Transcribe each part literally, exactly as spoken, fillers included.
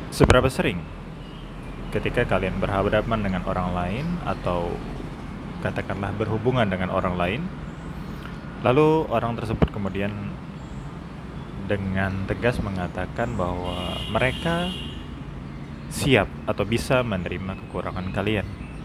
Seberapa sering ketika kalian berhadapan dengan orang lain atau katakanlah berhubungan dengan orang lain, lalu orang tersebut kemudian dengan tegas mengatakan bahwa mereka siap atau bisa menerima kekurangan kalian.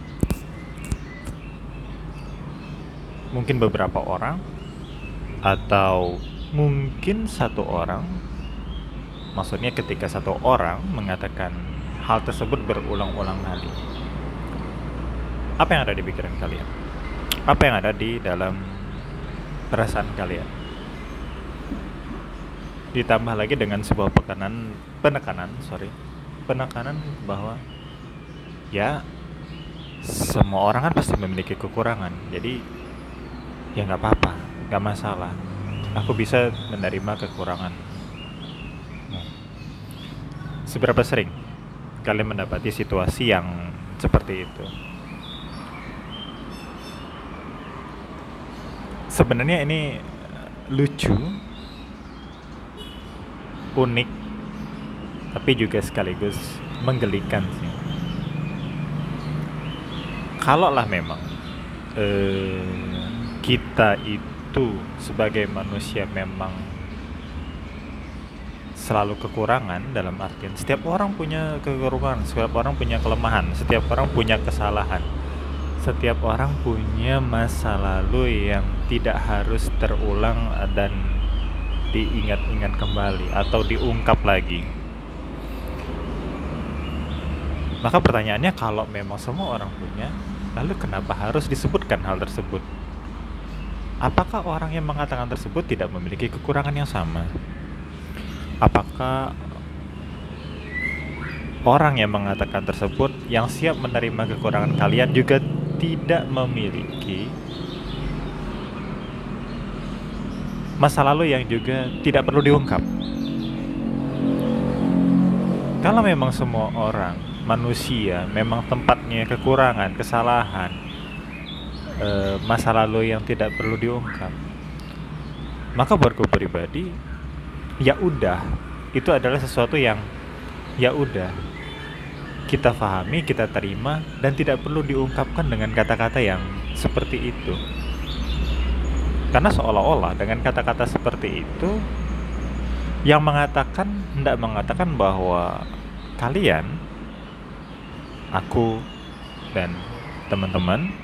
Mungkin beberapa orang atau mungkin satu orang. Maksudnya ketika satu orang mengatakan hal tersebut berulang-ulang kali, apa yang ada di pikiran kalian? Apa yang ada di dalam perasaan kalian? Ditambah lagi dengan sebuah penekanan, penekanan, sorry, penekanan bahwa ya semua orang kan pasti memiliki kekurangan, jadi ya nggak apa-apa, nggak masalah. Aku bisa menerima kekurangan. Seberapa sering kalian mendapati situasi yang seperti itu? Sebenarnya ini lucu, unik, tapi juga sekaligus menggelikan sih. Kalaulah memang eh, kita itu sebagai manusia memang selalu kekurangan, dalam artian setiap orang punya kekurangan, setiap orang punya kelemahan, setiap orang punya kesalahan, setiap orang punya masa lalu yang tidak harus terulang dan diingat-ingat kembali atau diungkap lagi. Maka pertanyaannya, kalau memang semua orang punya, lalu kenapa harus disebutkan hal tersebut? Apakah orang yang mengatakan tersebut tidak memiliki kekurangan yang sama? Apakah orang yang mengatakan tersebut yang siap menerima kekurangan kalian juga tidak memiliki masa lalu yang juga tidak perlu diungkap? Kalau memang semua orang manusia memang tempatnya kekurangan, kesalahan, e, masa lalu yang tidak perlu diungkap, maka buatku pribadi, ya udah, itu adalah sesuatu yang ya udah kita pahami, kita terima, dan tidak perlu diungkapkan dengan kata-kata yang seperti itu. Karena seolah-olah dengan kata-kata seperti itu yang mengatakan, hendak mengatakan bahwa kalian, aku, dan teman-teman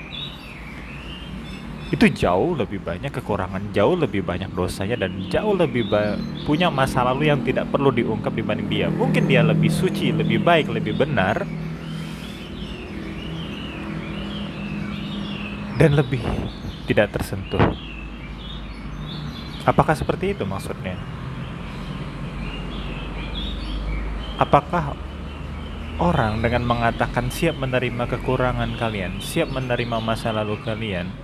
itu jauh lebih banyak kekurangan, jauh lebih banyak dosanya, dan jauh lebih ba- punya masa lalu yang tidak perlu diungkap dibanding dia. Mungkin dia lebih suci, lebih baik, lebih benar, dan lebih tidak tersentuh. Apakah seperti itu maksudnya? Apakah orang dengan mengatakan siap menerima kekurangan kalian, siap menerima masa lalu kalian,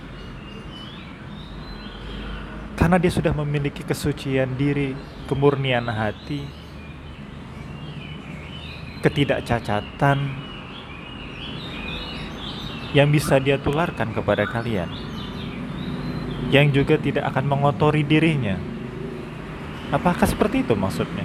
karena dia sudah memiliki kesucian diri, kemurnian hati, ketidakcacatan yang bisa dia tularkan kepada kalian, yang juga tidak akan mengotori dirinya? Apakah seperti itu maksudnya?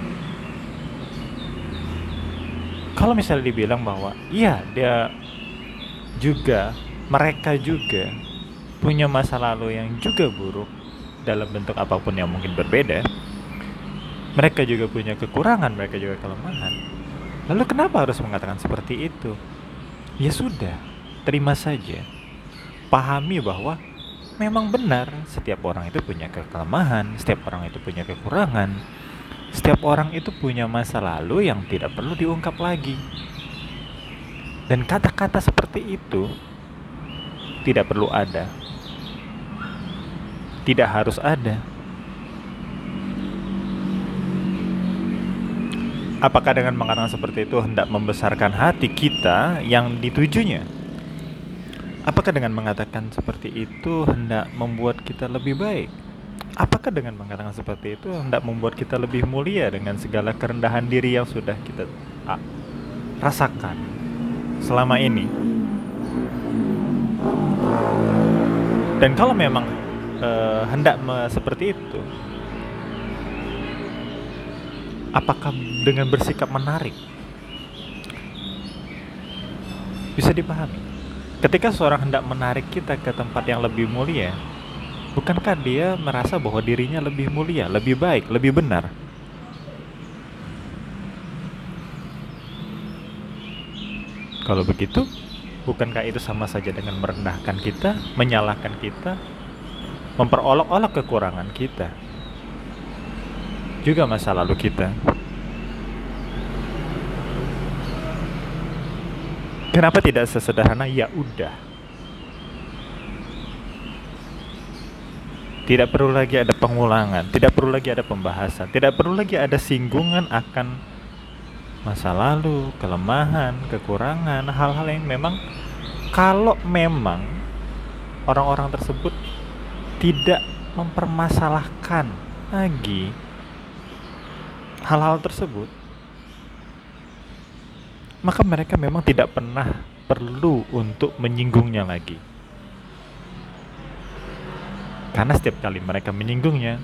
Kalau misalnya dibilang bahwa iya, dia juga, mereka juga punya masa lalu yang juga buruk dalam bentuk apapun yang mungkin berbeda, mereka juga punya kekurangan, mereka juga kelemahan, lalu kenapa harus mengatakan seperti itu? Ya sudah, terima saja, pahami bahwa memang benar setiap orang itu punya kelemahan, setiap orang itu punya kekurangan, setiap orang itu punya masa lalu yang tidak perlu diungkap lagi. Dan kata-kata seperti itu tidak perlu ada, tidak harus ada. Apakah dengan mengatakan seperti itu hendak membesarkan hati kita yang ditujunya? Apakah dengan mengatakan seperti itu hendak membuat kita lebih baik? Apakah dengan mengatakan seperti itu hendak membuat kita lebih mulia dengan segala kerendahan diri yang sudah kita ah, rasakan selama ini? Dan kalau memang uh, hendak me- seperti itu, apakah dengan bersikap menarik Bisa dipahami. Ketika seorang hendak menarik kita ke tempat yang lebih mulia, bukankah dia merasa bahwa dirinya lebih mulia, lebih baik, lebih benar? Kalau begitu, bukankah itu sama saja dengan merendahkan kita, menyalahkan kita, memperolok-olok kekurangan kita, juga masa lalu kita? Kenapa tidak sesederhana ya udah? Tidak perlu lagi ada pengulangan, tidak perlu lagi ada pembahasan, tidak perlu lagi ada singgungan akan masa lalu, kelemahan, kekurangan, hal-hal yang memang kalau memang orang-orang tersebut tidak mempermasalahkan lagi hal-hal tersebut, maka mereka memang tidak pernah perlu untuk menyinggungnya lagi. Karena setiap kali mereka menyinggungnya,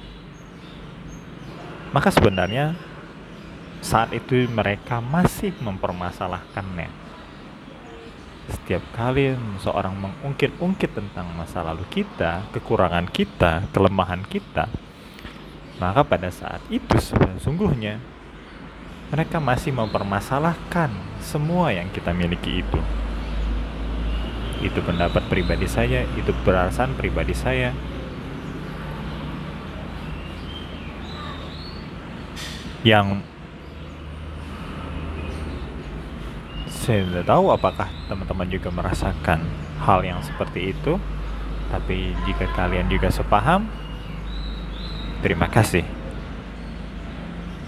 maka sebenarnya saat itu mereka masih mempermasalahkannya. Setiap kali seorang mengungkit-ungkit tentang masa lalu kita, kekurangan kita, kelemahan kita, maka pada saat itu sesungguhnya mereka masih mempermasalahkan semua yang kita miliki itu. Itu pendapat pribadi saya, itu perasaan pribadi saya. Yang saya tidak tahu apakah teman-teman juga merasakan hal yang seperti itu. Tapi jika kalian juga sepaham, terima kasih.